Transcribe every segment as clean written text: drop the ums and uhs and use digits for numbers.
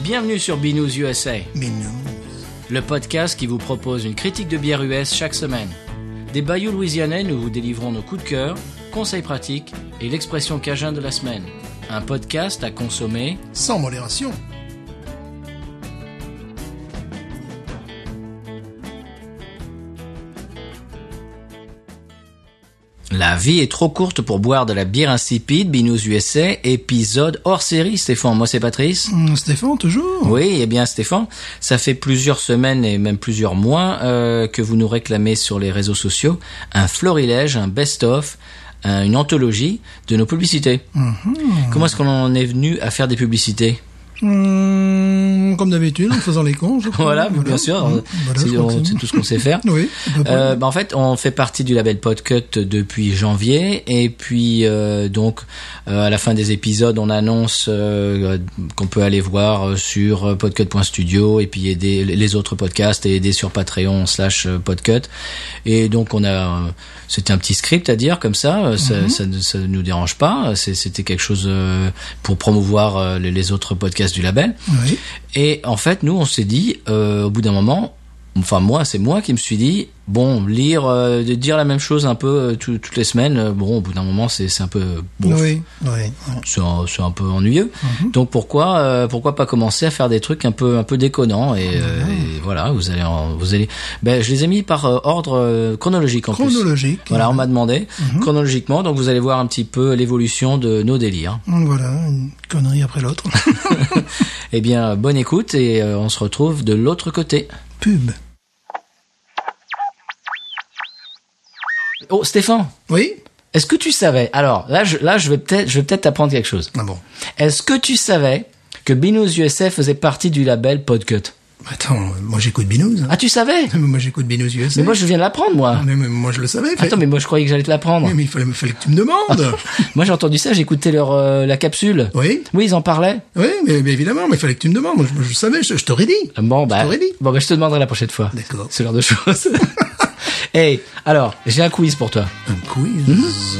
Bienvenue sur Binous USA, Binous. le podcast qui vous propose une critique de bière US chaque semaine. Des bayous louisianais, nous vous délivrons nos coups de cœur, conseils pratiques et l'expression cajun de la semaine. Un podcast à consommer Sans modération. La vie est trop courte pour boire de la bière insipide, Binous USA, épisode hors série, Stéphane. Moi, c'est Patrice. Stéphane, toujours. Oui, eh bien, Stéphane, ça fait plusieurs semaines et même plusieurs mois que vous nous réclamez sur les réseaux sociaux un florilège, un best-of, une anthologie de nos publicités. Comment est-ce qu'on en est venu à faire des publicités ? Comme d'habitude, en faisant les cons, je crois. Voilà, bien sûr, c'est tout ce qu'on sait faire. Oui. En fait, on fait partie du label Podcut depuis janvier, et puis donc à la fin des épisodes, on annonce qu'on peut aller voir sur podcut.studio et puis aider les autres podcasts et aider sur Patreon/Podcut. Et donc c'était un petit script à dire comme ça, ça nous dérange pas. C'était quelque chose pour promouvoir les autres podcasts du label. Oui. Et en fait, nous, on s'est dit, au bout d'un moment, c'est moi qui me suis dit, dire la même chose un peu toutes les semaines, au bout d'un moment, c'est un peu, Oui. c'est un peu ennuyeux. Donc pourquoi pas commencer à faire des trucs un peu déconnants et voilà, vous allez, je les ai mis par ordre chronologique en plus. Chronologique. Voilà, on m'a demandé chronologiquement, donc vous allez voir un petit peu l'évolution de nos délires. Voilà, une connerie après l'autre. Eh bien, bonne écoute et on se retrouve de l'autre côté. Pub. Oh, Stéphane. Oui. Est-ce que tu savais? Alors, là, je vais peut-être t'apprendre quelque chose. Ah bon. Est-ce que tu savais que Binous USA faisait partie du label Podcut? Attends, moi j'écoute Binous. Ah, tu savais? Moi j'écoute Binous USA. Mais moi, je viens de l'apprendre, moi. Mais moi je le savais. Attends, mais moi, je croyais que j'allais te l'apprendre. Mais il fallait que tu me demandes. Moi, j'ai entendu ça, j'ai écouté la capsule. Oui. Oui, ils en parlaient. Oui, mais évidemment, mais il fallait que tu me demandes. Moi je savais, je t'aurais dit. Je te demanderai la prochaine fois. D'accord. Ce genre de choses. Hey, alors, j'ai un quiz pour toi. Un quiz.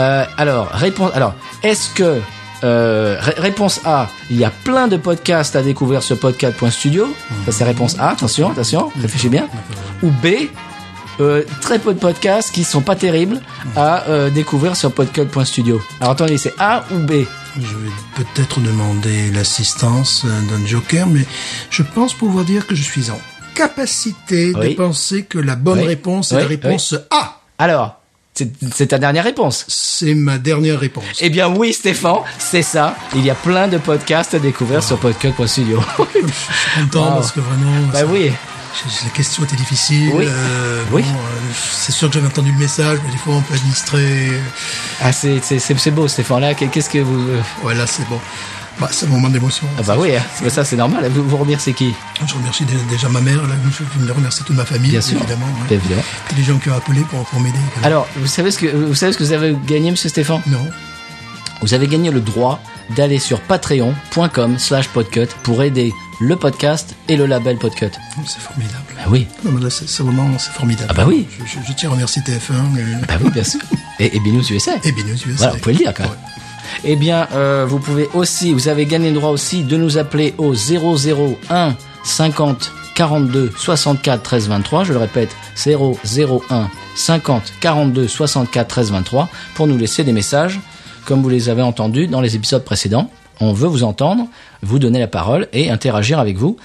Est-ce que réponse A, il y a plein de podcasts à découvrir sur podcut.studio. Ça c'est réponse A, attention, réfléchis bien. Ou B, très peu de podcasts qui sont pas terribles à découvrir sur podcut.studio. Alors attendez, c'est A ou B? Je vais peut-être demander l'assistance d'un joker, mais je pense pouvoir dire que je suis en capacité de penser que la bonne réponse est la réponse A. Alors, c'est ta dernière réponse? C'est ma dernière réponse. Eh bien oui, Stéphane, c'est ça. Il y a plein de podcasts à découvrir sur podcut.studio. Je suis content parce que vraiment... oui. La question était difficile. Oui. C'est sûr que j'avais entendu le message, mais des fois on peut être distrait. Ah, c'est beau, Stéphane. Là, qu'est-ce que vous... Ouais, là c'est bon. C'est un moment d'émotion. Ah bah oui, ça c'est normal. Vous remerciez qui? Je remercie déjà ma mère, là, je me remercie toute ma famille, bien sûr, évidemment. Bien évidemment. Et les gens qui ont appelé pour m'aider. Alors, vous savez ce que vous avez gagné, monsieur Stéphane? Non. Vous avez gagné le droit d'aller sur patreon.com/podcut pour aider le podcast et le label Podcut. C'est formidable. Bah oui. Non, mais là, c'est formidable. Ah bah oui. Je tiens à remercier TF1. Bah oui, bien sûr. Et Binous USA. Et Binous USA. Voilà, vous pouvez le dire quand même. Ouais. Eh bien, vous avez gagné le droit aussi de nous appeler au 001 50 42 64 13 23. Je le répète, 001 50 42 64 13 23 pour nous laisser des messages comme vous les avez entendus dans les épisodes précédents. On veut vous entendre, vous donner la parole et interagir avec vous.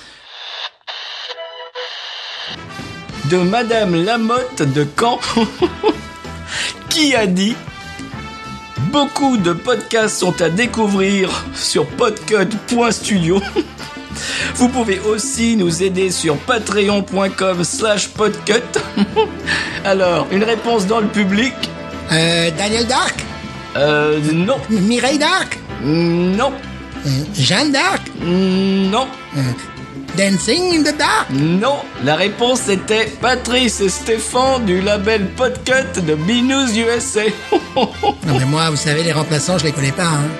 De Madame Lamotte de Caen qui a dit: beaucoup de podcasts sont à découvrir sur podcut.studio. Vous pouvez aussi nous aider sur patreon.com/podcut. Alors, une réponse dans le public? Daniel Dark? Non. Mireille Dark? Non. Jeanne d'Arc? Non. Dancing in the Dark? Non. La réponse était Patrice et Stéphane du label Podcut de Binous USA. Non mais moi, vous savez, les remplaçants, je les connais pas, hein.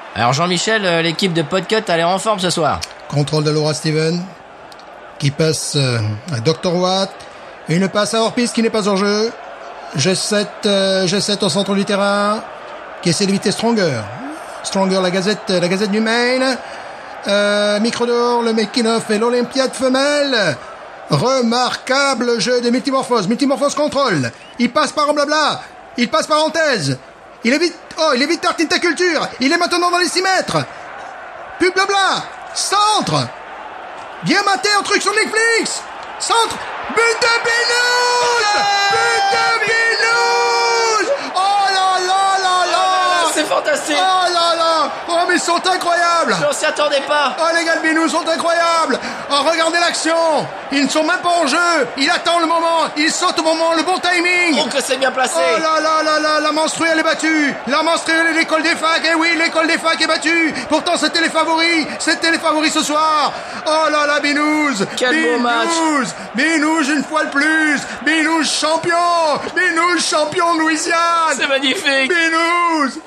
Alors Jean-Michel, l'équipe de Podcut a l'air en forme ce soir. Contrôle de Laura Steven, qui passe à Dr. Watt. Une passe à hors-piste qui n'est pas hors jeu. G7 au centre du terrain, qui essaie d'éviter Stronger. Stronger, la Gazette du Maine. Microdor, le Making-of et l'Olympiade femelle. Remarquable jeu de Multimorphose. Multimorphose contrôle. Il passe par en blabla. Il passe parenthèse. Il évite Tartintaculture. Il est maintenant dans les 6 mètres. Plus blabla. Centre. Bien maté, un truc sur Netflix. Centre. But de Binous. But de Binous. Oh là là là là. C'est fantastique. Oh là là. Oh mais ils sont incroyables. On s'y attendait pas. Oh les gars de Binous sont incroyables. Oh regardez l'action. Ils ne sont même pas en jeu. Il attend le moment. Il saute au moment, le bon timing. Oh que c'est bien placé. Oh là là là là. La menstruelle est battue. La menstruelle est l'école des facs. Eh oui, l'école des facs est battue. Pourtant c'était les favoris. C'était les favoris ce soir. Oh là là Binous. Quel beau match. Binous une fois de plus. Binous champion. Binous champion de Louisiane. C'est magnifique. Binous.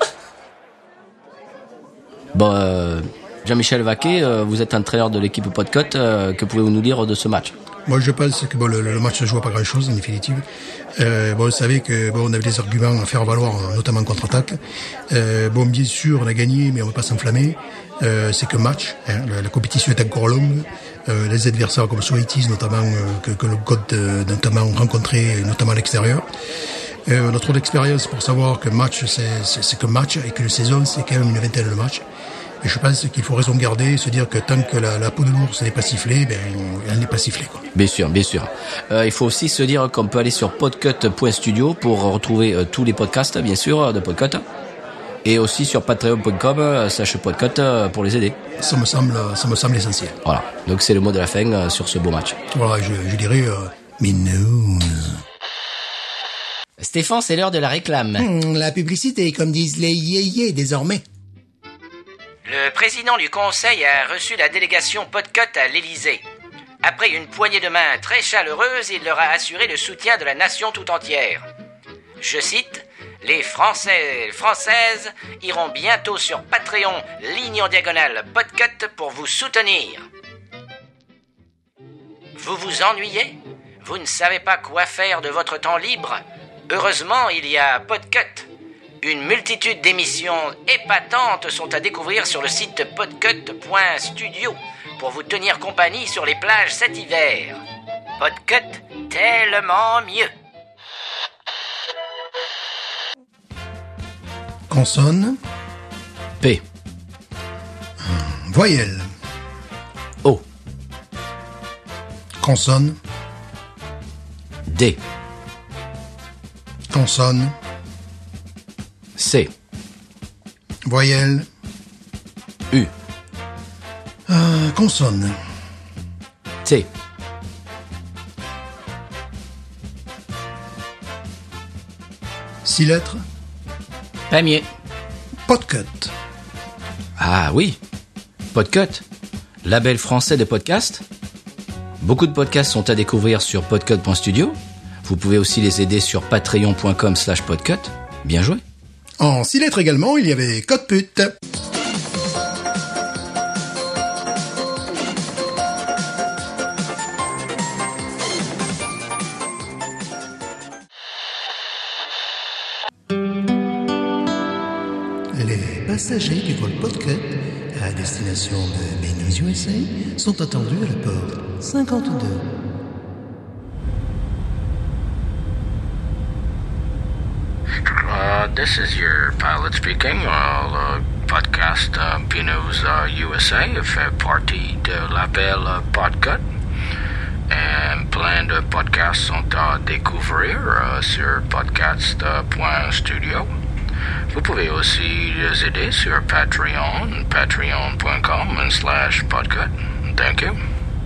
Bon, Jean-Michel Vaquet, vous êtes entraîneur de l'équipe Podcut. Que pouvez-vous nous dire de ce match? Moi, je pense que le match ne joue à pas grand-chose en définitive. Vous savez que on avait des arguments à faire valoir, notamment en contre-attaque. Bien sûr, on a gagné, mais on ne va pas s'enflammer. C'est qu'un match. La compétition est encore longue. Les adversaires comme Soitis, notamment, que le code notamment rencontré, notamment à l'extérieur. On a trop d'expérience pour savoir que match, c'est qu'un match, et que la saison, c'est quand même une vingtaine de matchs. Et je pense qu'il faut raison garder, se dire que tant que la peau de l'ours n'est pas sifflée, elle n'est pas sifflée, quoi. Bien sûr, bien sûr. Il faut aussi se dire qu'on peut aller sur podcut.studio pour retrouver tous les podcasts, bien sûr, de Podcut. Et aussi sur patreon.com/podcut pour les aider. Ça me semble essentiel. Voilà. Donc c'est le mot de la fin sur ce beau match. Voilà, je dirais, Binous. Stéphane, c'est l'heure de la réclame. La publicité, comme disent les yéyés désormais. Le président du conseil a reçu la délégation Podcut à l'Élysée. Après une poignée de main très chaleureuse, il leur a assuré le soutien de la nation tout entière. Je cite, « Les Français et Françaises iront bientôt sur Patreon, ligne en diagonale Podcut pour vous soutenir. » Vous vous ennuyez? Vous ne savez pas quoi faire de votre temps libre? Heureusement, il y a Podcut. Une multitude d'émissions épatantes sont à découvrir sur le site podcut.studio pour vous tenir compagnie sur les plages cet hiver. Podcut, tellement mieux. Consonne. P. Voyelle. O. Consonne. D. Consonne. C. Voyelle. U. Consonne. T. Six lettres. Pamier. Podcut. Ah oui, Podcut, label français de podcast. Beaucoup de podcasts sont à découvrir sur podcut.studio. Vous pouvez aussi les aider sur patreon.com/podcut. Bien joué. En 6 lettres également, il y avait Code Pute. Les passagers du vol Podcut à destination de Binous USA sont attendus à la porte 52. This is your pilot speaking. Podcast Binous USA fait partie de l'appel Podcut. Et plein de podcasts sont à découvrir sur podcast.studio. Vous pouvez aussi les aider sur Patreon, patreon.com/podcut. Thank you.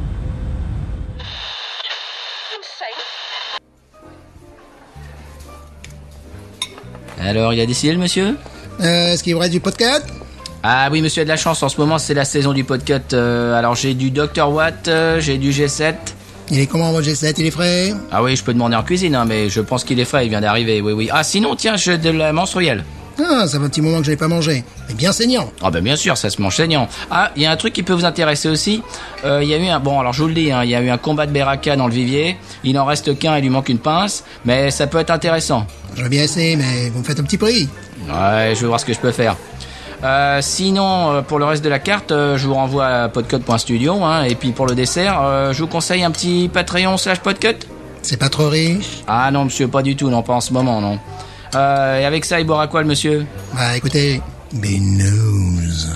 Alors, il a décidé le monsieur? Est-ce qu'il y aurait du podcast? Ah oui, monsieur a de la chance. En ce moment, c'est la saison du Podcut. Alors, j'ai du Dr. Watt, j'ai du G7. Il est comment, mon G7? Il est frais? Ah oui, je peux demander en cuisine, hein, mais je pense qu'il est frais, il vient d'arriver, oui. Ah, sinon, tiens, j'ai de la menstruelle. Ah, ça fait un petit moment que je n'ai pas mangé. Mais bien saignant. Ah ben bien sûr, ça se mange saignant. Ah, il y a un truc qui peut vous intéresser aussi. Il y a eu alors je vous le dis, il y a eu un combat de Beraka dans le vivier. Il n'en reste qu'un, il lui manque une pince. Mais ça peut être intéressant. J'aurais bien essayé, mais vous me faites un petit prix. Ouais, je vais voir ce que je peux faire. Sinon, pour le reste de la carte, je vous renvoie à podcode.studio. Et puis pour le dessert, je vous conseille un petit Patreon/podcut. C'est pas trop riche? Ah non, monsieur, pas du tout, non, pas en ce moment, non. Et avec ça, il boira quoi, le monsieur? Bah écoutez, Binous.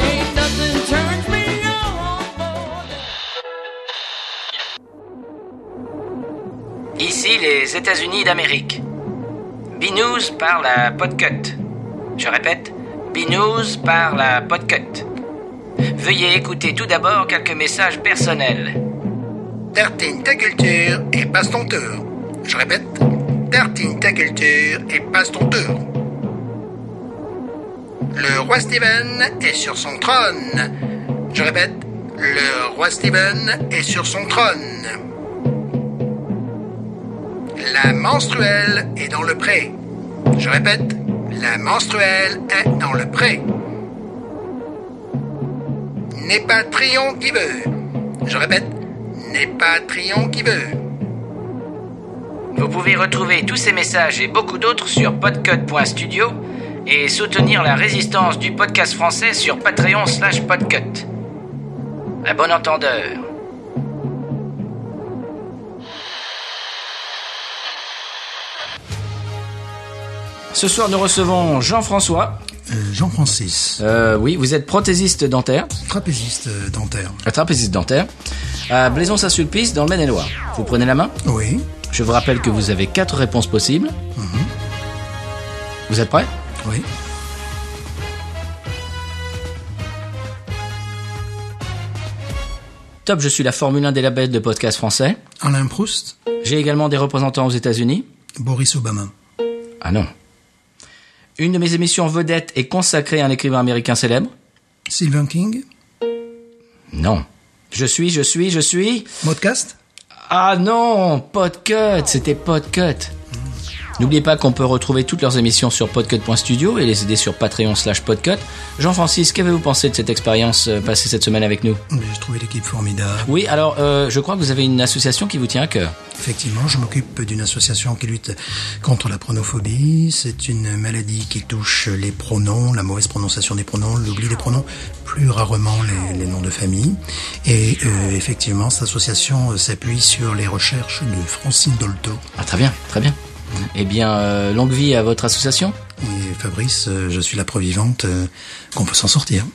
Ici les États-Unis d'Amérique. Binous par la Podcut. Je répète, Binous par la Podcut. Veuillez écouter tout d'abord quelques messages personnels. Tartine ta culture et passe ton tour. Je répète, tartine ta culture et passe ton tour. Le roi Steven est sur son trône. Je répète, le roi Steven est sur son trône. La menstruelle est dans le pré. Je répète, la menstruelle est dans le pré. N'est pas Trion qui veut. Je répète, n'est pas Trion qui veut. Vous pouvez retrouver tous ces messages et beaucoup d'autres sur podcut.studio et soutenir la résistance du podcast français sur Patreon/podcut. À bon entendeur. Ce soir, nous recevons Jean-François. Jean-Francis. Oui, vous êtes prothésiste dentaire. Trapéziste dentaire. Trapéziste dentaire. À Blaison-Saint-Sulpice, dans le Maine-et-Loire. Vous prenez la main? Oui. Je vous rappelle que vous avez 4 réponses possibles. Vous êtes prêts? Oui. Top, je suis la Formule 1 des labels de podcast français. Alain Proust. J'ai également des représentants aux États-Unis. Boris Obama. Ah non. Une de mes émissions vedettes est consacrée à un écrivain américain célèbre. Stephen King. Non. Je suis... Modcast. Ah non, Podcut, c'était Podcut. N'oubliez pas qu'on peut retrouver toutes leurs émissions sur podcut.studio et les aider sur Patreon/podcut. Jean-Francis, qu'avez-vous pensé de cette expérience passée cette semaine avec nous? J'ai trouvé l'équipe formidable. Oui, alors je crois que vous avez une association qui vous tient à cœur. Effectivement, je m'occupe d'une association qui lutte contre la pronophobie. C'est une maladie qui touche les pronoms, la mauvaise prononciation des pronoms, l'oubli des pronoms, plus rarement les noms de famille. Et effectivement, cette association s'appuie sur les recherches de Francine Dolto. Ah très bien, très bien. Eh bien, longue vie à votre association. Et Fabrice, je suis la preuve vivante qu'on peut s'en sortir.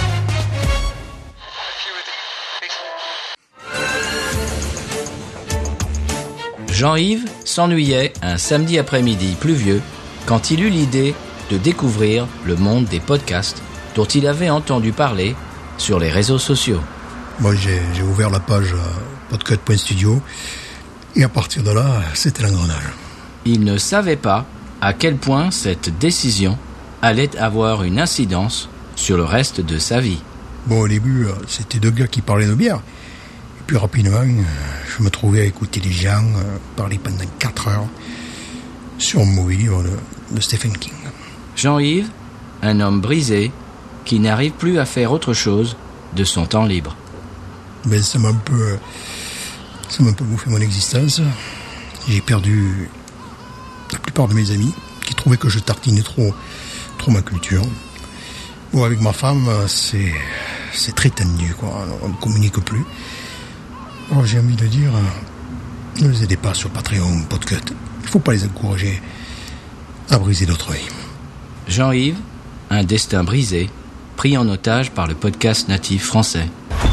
Jean-Yves s'ennuyait un samedi après-midi pluvieux quand il eut l'idée de découvrir le monde des podcasts dont il avait entendu parler sur les réseaux sociaux. Moi, j'ai ouvert la page podcut.studio et à partir de là, c'était l'engrenage. Il ne savait pas à quel point cette décision allait avoir une incidence sur le reste de sa vie. Bon, au début, c'était 2 gars qui parlaient de bière. Et puis rapidement, je me trouvais à écouter des gens parler pendant 4 heures sur un mauvais livre de Stephen King. Jean-Yves, un homme brisé qui n'arrive plus à faire autre chose de son temps libre. Mais ça m'a un peu bouffé mon existence. J'ai perdu la plupart de mes amis qui trouvaient que je tartinais trop ma culture. Bon, avec ma femme, c'est très tendu, quoi. On ne communique plus. Alors, j'ai envie de dire, ne les aidez pas sur Patreon, Podcut. Il ne faut pas les encourager à briser d'autrui. Jean-Yves, un destin brisé, pris en otage par le podcast natif français.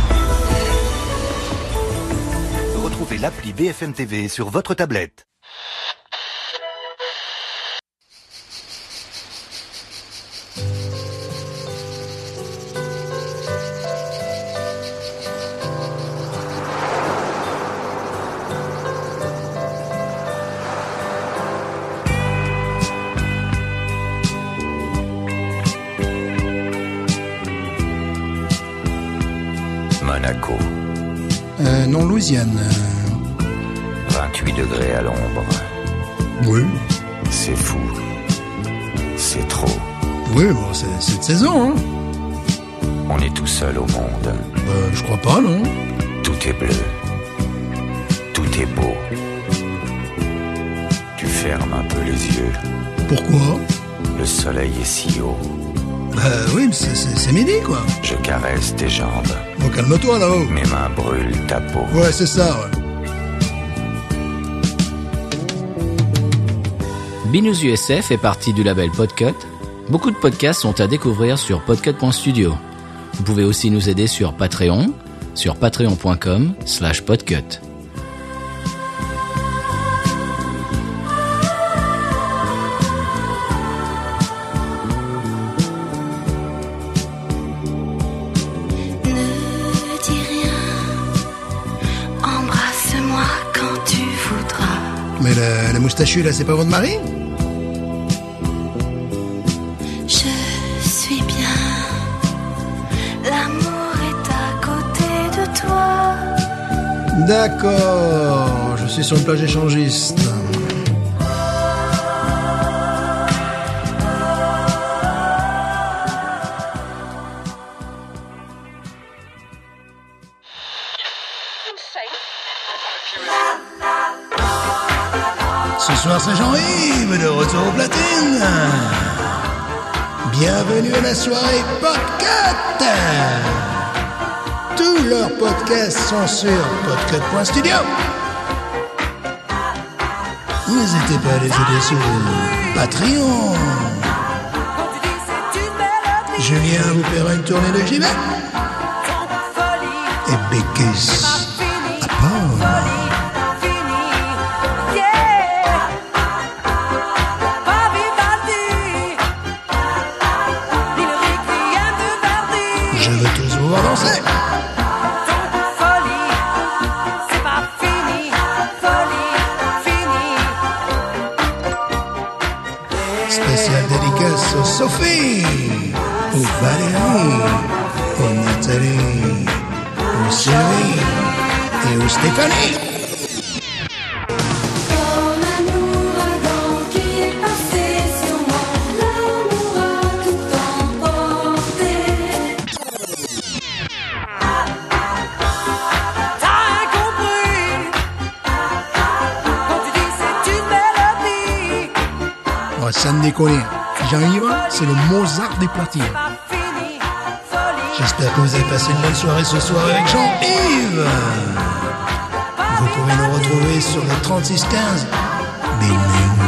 Retrouvez l'appli BFM TV sur votre tablette. Monaco. Non, Louisiane. 28 degrés à l'ombre. Oui. C'est fou. C'est trop. Oui, bon, c'est cette saison, hein. On est tout seul au monde. Je crois pas, non. Tout est bleu. Tout est beau. Tu fermes un peu les yeux. Pourquoi? Le soleil est si haut. Oui, mais c'est midi, quoi. Je caresse tes jambes. Bon, calme-toi, là-haut. Mes mains brûlent ta peau. Ouais, c'est ça, ouais. Binous USA fait partie du label Podcut. Beaucoup de podcasts sont à découvrir sur podcut.studio. Vous pouvez aussi nous aider sur Patreon, sur patreon.com/podcut. Ne dis rien, embrasse-moi quand tu voudras. Mais la moustachue, là, c'est pas votre mari? Je suis bien, l'amour est à côté de toi. D'accord, je suis sur une plage échangiste. Ce soir, c'est Jean-Yves, de retour aux platines. Bienvenue à la soirée Podcut. Tous leurs podcasts sont sur podcut.studio. N'hésitez pas à les aider sur Patreon. Julien vous fera une tournée de gibet. Et Bécus à part. Je veux tous vous voir danser. Spécial dédicace aux Sophie, aux Valérie, aux Nathalie, aux Sylvie et aux Stéphanie. Ça ne déconne. Jean-Yves, c'est le Mozart des platines. J'espère que vous avez passé une bonne soirée ce soir avec Jean-Yves. Vous pouvez nous retrouver sur le 3615 Binous.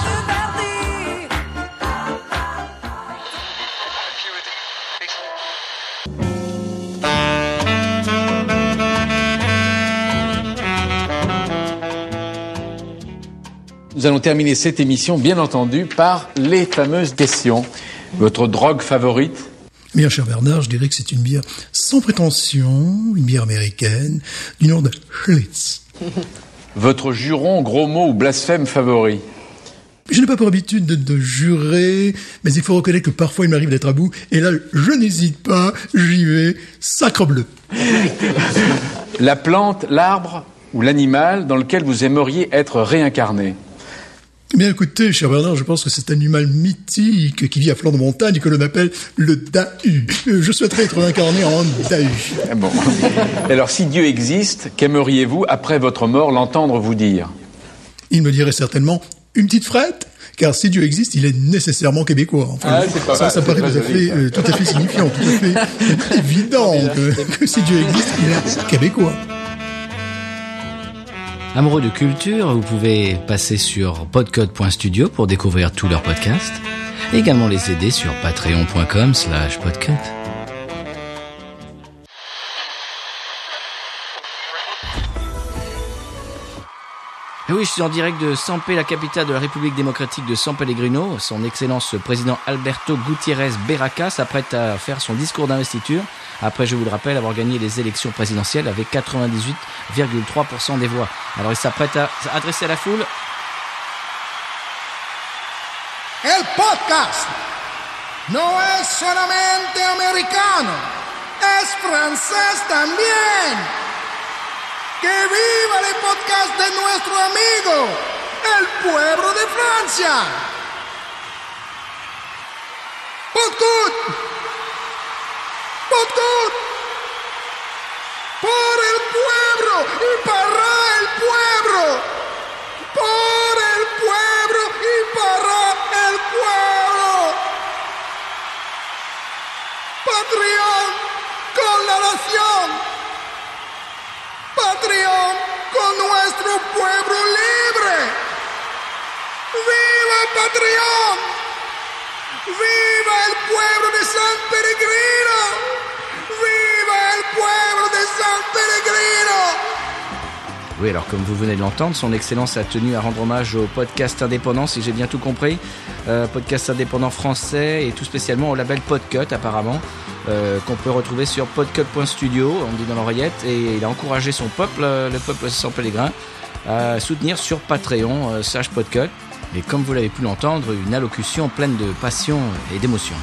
Nous allons terminer cette émission, bien entendu, par les fameuses questions. Votre drogue favorite? Bien, cher Bernard, je dirais que c'est une bière sans prétention, une bière américaine, du nom de Schlitz. Votre juron, gros mot ou blasphème favori? Je n'ai pas pour habitude de jurer, mais il faut reconnaître que parfois il m'arrive d'être à bout, et là, je n'hésite pas, j'y vais, sacre bleu. La plante, l'arbre ou l'animal dans lequel vous aimeriez être réincarné? Eh bien, écoutez, cher Bernard, je pense que c'est un animal mythique qui vit à flanc de montagne et que l'on appelle le dahu. Je souhaiterais être incarné en dahu. Bon. Alors, si Dieu existe, qu'aimeriez-vous, après votre mort, l'entendre vous dire? Il me dirait certainement une petite frette, car si Dieu existe, il est nécessairement québécois. Enfin, c'est pas mal, ça paraît tout à fait signifiant, tout à fait évident que si Dieu existe, il est québécois. Amoureux de culture, vous pouvez passer sur podcut.studio pour découvrir tous leurs podcasts et également les aider sur patreon.com/podcut. Et oui, je suis en direct de Sampé, la capitale de la République démocratique de San Pellegrino. Son Excellence le président Alberto Gutiérrez Barraca s'apprête à faire son discours d'investiture. Après, je vous le rappelle, avoir gagné les élections présidentielles avec 98,3% des voix. Alors, il s'apprête à s'adresser à la foule. El podcast no es solamente americano, es francés también. ¡Que viva el podcast de nuestro amigo, el pueblo de Francia! Podcut. Podcut. Por el pueblo y para el pueblo. Por el pueblo y para el pueblo. Patreon con la nación. Patreon con nuestro pueblo libre. ¡Viva Patreon! ¡Viva el pueblo de San Peregrino! ¡Viva el pueblo de San Peregrino! Oui, alors comme vous venez de l'entendre, son excellence a tenu à rendre hommage au podcast indépendant, si j'ai bien tout compris, podcast indépendant français et tout spécialement au label Podcut apparemment, qu'on peut retrouver sur podcut.studio, on dit dans l'oreillette, et il a encouragé son peuple, le peuple sans pèlerin, à soutenir sur Patreon /Podcut, et comme vous l'avez pu l'entendre, une allocution pleine de passion et d'émotion.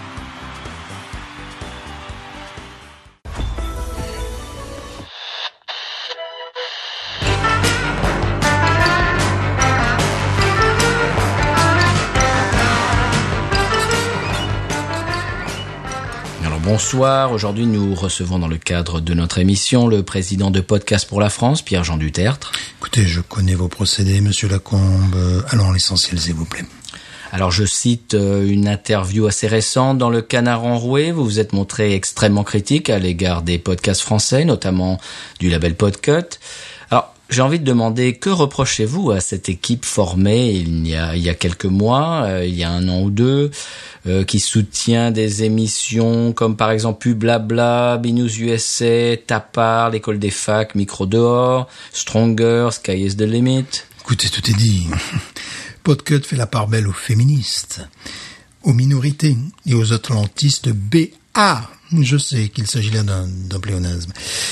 Bonsoir, aujourd'hui nous recevons dans le cadre de notre émission le président de Podcast pour la France, Pierre-Jean Dutertre. Écoutez, je connais vos procédés, monsieur Lacombe. Allons, l'essentiel, s'il vous plaît. Alors je cite une interview assez récente dans le Canard enroué. Vous vous êtes montré extrêmement critique à l'égard des podcasts français, notamment du label Podcut. Alors j'ai envie de demander, que reprochez-vous à cette équipe formée il y a quelques mois, il y a un an ou deux, qui soutient des émissions comme par exemple Pub Blabla, BNews USA, Tapar, l'école des facs, Micro dehors, Stronger, Sky is the limit. Écoutez, tout est dit. Podcut fait la part belle aux féministes, aux minorités et aux atlantistes BA. Je sais qu'il s'agit là d'un pléonasme.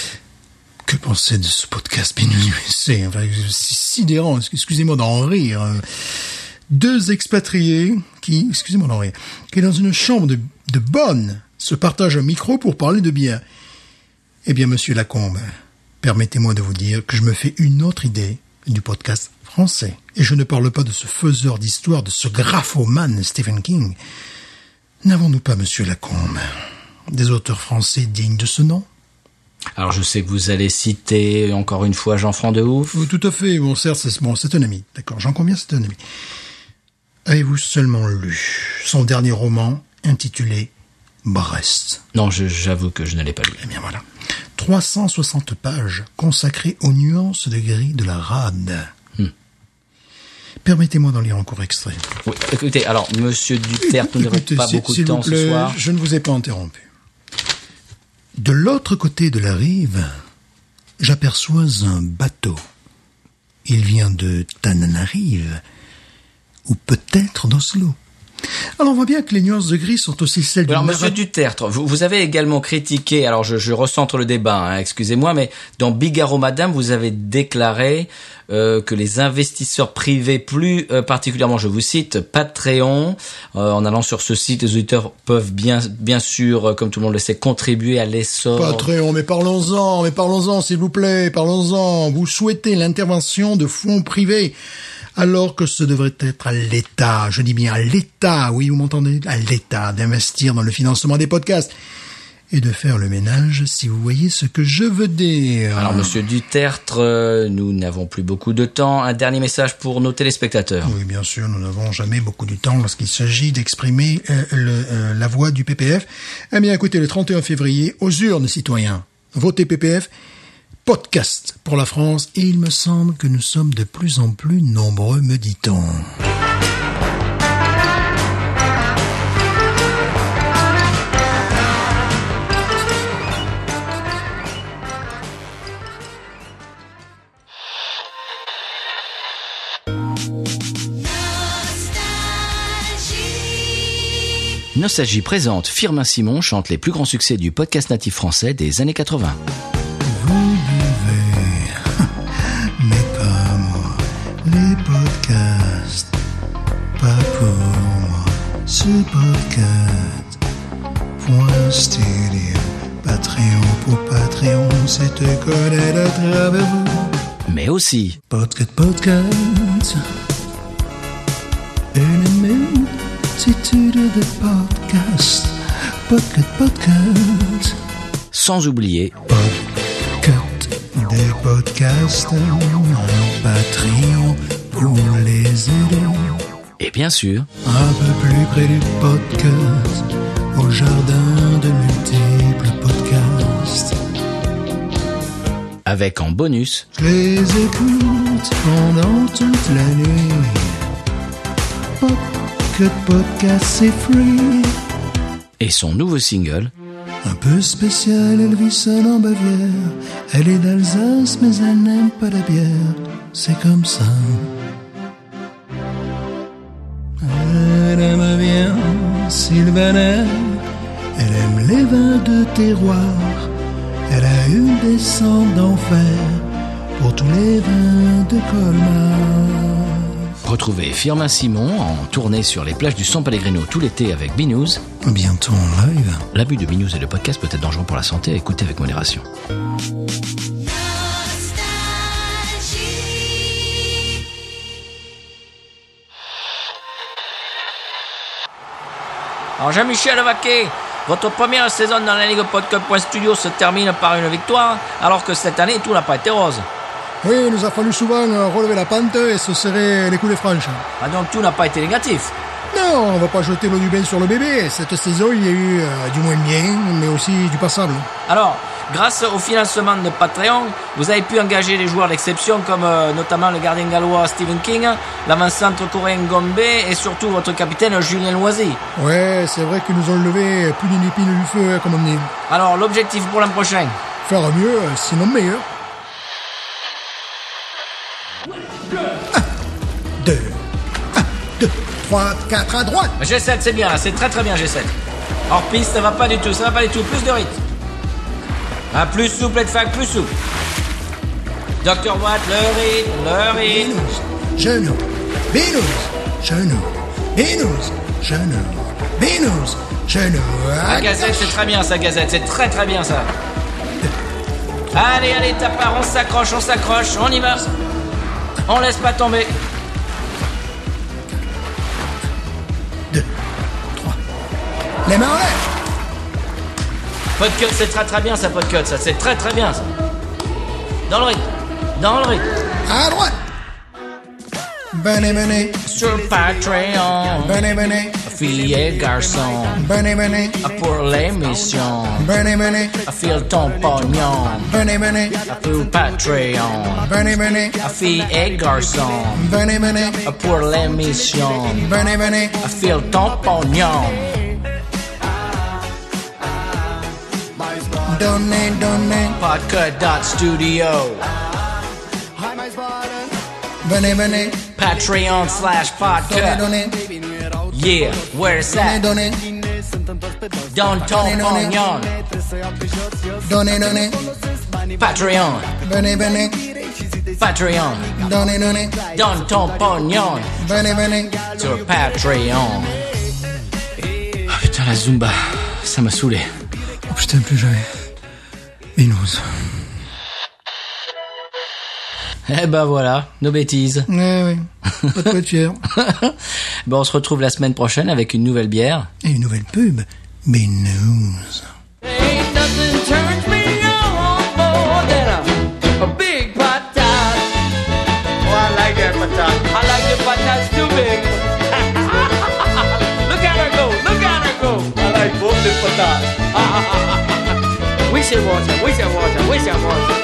Que penser de ce podcast BNews USA? Enfin, c'est sidérant, excusez-moi d'en rire. Deux expatriés qui, dans une chambre de bonne, se partagent un micro pour parler de bière. Eh bien, monsieur Lacombe, permettez-moi de vous dire que je me fais une autre idée du podcast français. Et je ne parle pas de ce faiseur d'histoire, de ce graphomane Stephen King. N'avons-nous pas, monsieur Lacombe, des auteurs français dignes de ce nom? Alors je sais que vous allez citer encore une fois Jean-Franc Dehouf. Tout à fait, bon certes c'est un ami, d'accord, j'en conviens, c'est un ami. Avez-vous seulement lu son dernier roman intitulé Brest? Non, j'avoue que je ne l'ai pas lu. Eh bien voilà, 360 pages consacrées aux nuances de gris de la rade. Permettez-moi d'en lire un court extrait. Oui, écoutez, alors monsieur Dutertre, nous n'avons pas beaucoup de temps ce soir. Je ne vous ai pas interrompu. De l'autre côté de la rive, j'aperçois un bateau. Il vient de Tananarive, ou peut-être d'Oslo. Alors on voit bien que les nuances de gris sont aussi celles du... Alors monsieur Dutertre, vous avez également critiqué, alors je recentre le débat, excusez-moi, mais dans Bigaro Madame, vous avez déclaré que les investisseurs privés, plus particulièrement, je vous cite, Patreon, en allant sur ce site, les auditeurs peuvent bien sûr, comme tout le monde le sait, contribuer à l'essor... Patreon, mais parlons-en, s'il vous plaît, parlons-en. Vous souhaitez l'intervention de fonds privés, alors que ce devrait être à l'État, je dis bien à l'État, oui, vous m'entendez, à l'État, d'investir dans le financement des podcasts et de faire le ménage, si vous voyez ce que je veux dire. Alors, monsieur Dutertre, nous n'avons plus beaucoup de temps. Un dernier message pour nos téléspectateurs. Oui, bien sûr, nous n'avons jamais beaucoup de temps lorsqu'il s'agit d'exprimer la voix du PPF. Eh bien, écoutez, le 31 février, aux urnes, citoyens, votez PPF, podcast pour la France, et il me semble que nous sommes de plus en plus nombreux, me dit-on. Nostalgie présente Firmin Simon chante les plus grands succès du podcast natif français des années 80. Vous buvez, mais pas moi, les podcasts, pas pour moi, ce podcast, point studio, Patreon pour Patreon, c'est te connaître à travers vous. Mais aussi Podcast, une minute, multitude de podcasts. Podcast. Sans oublier Des podcasts Patreon pour les aider. et bien sûr Un peu plus près du podcast, au jardin de multiples podcasts. avec en bonus Je les écoute pendant toute la nuit. Pocket Podcast, c'est free. et son nouveau single Un peu spécial, elle vit seule en Bavière. Elle est d'Alsace, mais elle n'aime pas la bière. C'est comme ça. Elle aime bien Sylvaner. Elle aime les vins de terroir. Elle a une descente d'enfer pour tous les vins de Colmar. Retrouvez Firmin Simon en tournée sur les plages du San Pellegrino tout l'été avec Binous. Bientôt en live. L'abus de Binous et le podcast peut être dangereux pour la santé, écoutez avec modération. Alors Jean-Michel Vaquet, votre première saison dans la Ligue Podcast.studio se termine par une victoire, alors que cette année tout n'a pas été rose. Oui, il nous a fallu souvent relever la pente et se serrer les coulées franches. Ah donc tout n'a pas été négatif. Non, on va pas jeter l'eau du bain sur le bébé. Cette saison, il y a eu du moins bien, mais aussi du passable. Alors, grâce au financement de Patreon, vous avez pu engager des joueurs d'exception comme notamment le gardien gallois Stephen King, l'avant-centre coréen Gombe et surtout votre capitaine Julien Loisy. Ouais, c'est vrai qu'ils nous ont levé plus d'une épine du feu, comme on dit. Alors, l'objectif pour l'an prochain? Faire mieux, sinon meilleur. 1, 2, 3, 4 à droite. G7, c'est bien là, c'est très bien G7. Hors piste, ça va pas du tout, plus de rythme. Ah, plus souple, Edfag, plus souple. Dr. Watt, le rythme. Genou, Binous, genou, Binous, genou, Binous, genou. La gazette, c'est très bien ça, gazette, c'est très bien ça. Allez, ta part, on s'accroche, on y va. On laisse pas tomber. 2, 3. Les mains en l'air. Podcut, c'est très bien ça, Podcut, ça, c'est très bien ça. Dans le rythme. À droite. Venez. Sur Patreon. Venez. Filles et garçons. Venez. Pour l'émission. Venez. File ton pognon. Venez. Pour Patreon. Venez. Filles et garçons. Venez. Pour l'émission. Venez. File ton pognon. Donnez. Podcut.studio. Venez. Patreon/podcut. Donnez. Yeah, where's that? Donnez. Don ton pognon. Donnez. Patreon. Venez. Patreon. Donnez. Don ton pognon. Venez. Sur Patreon. Ah putain, la Zumba, ça m'a saoulé. Oh putain, plus jamais. Binous. Eh ben voilà, nos bêtises. Oui. Pas de quoi être fier. Bon, on se retrouve la semaine prochaine avec une nouvelle bière. Et une nouvelle pub. Binous. Ain't nothing turns me on more than a big patat. Oh, I like that patat. I like the patats too big. Look at her go. I like both the patats. We should watch her.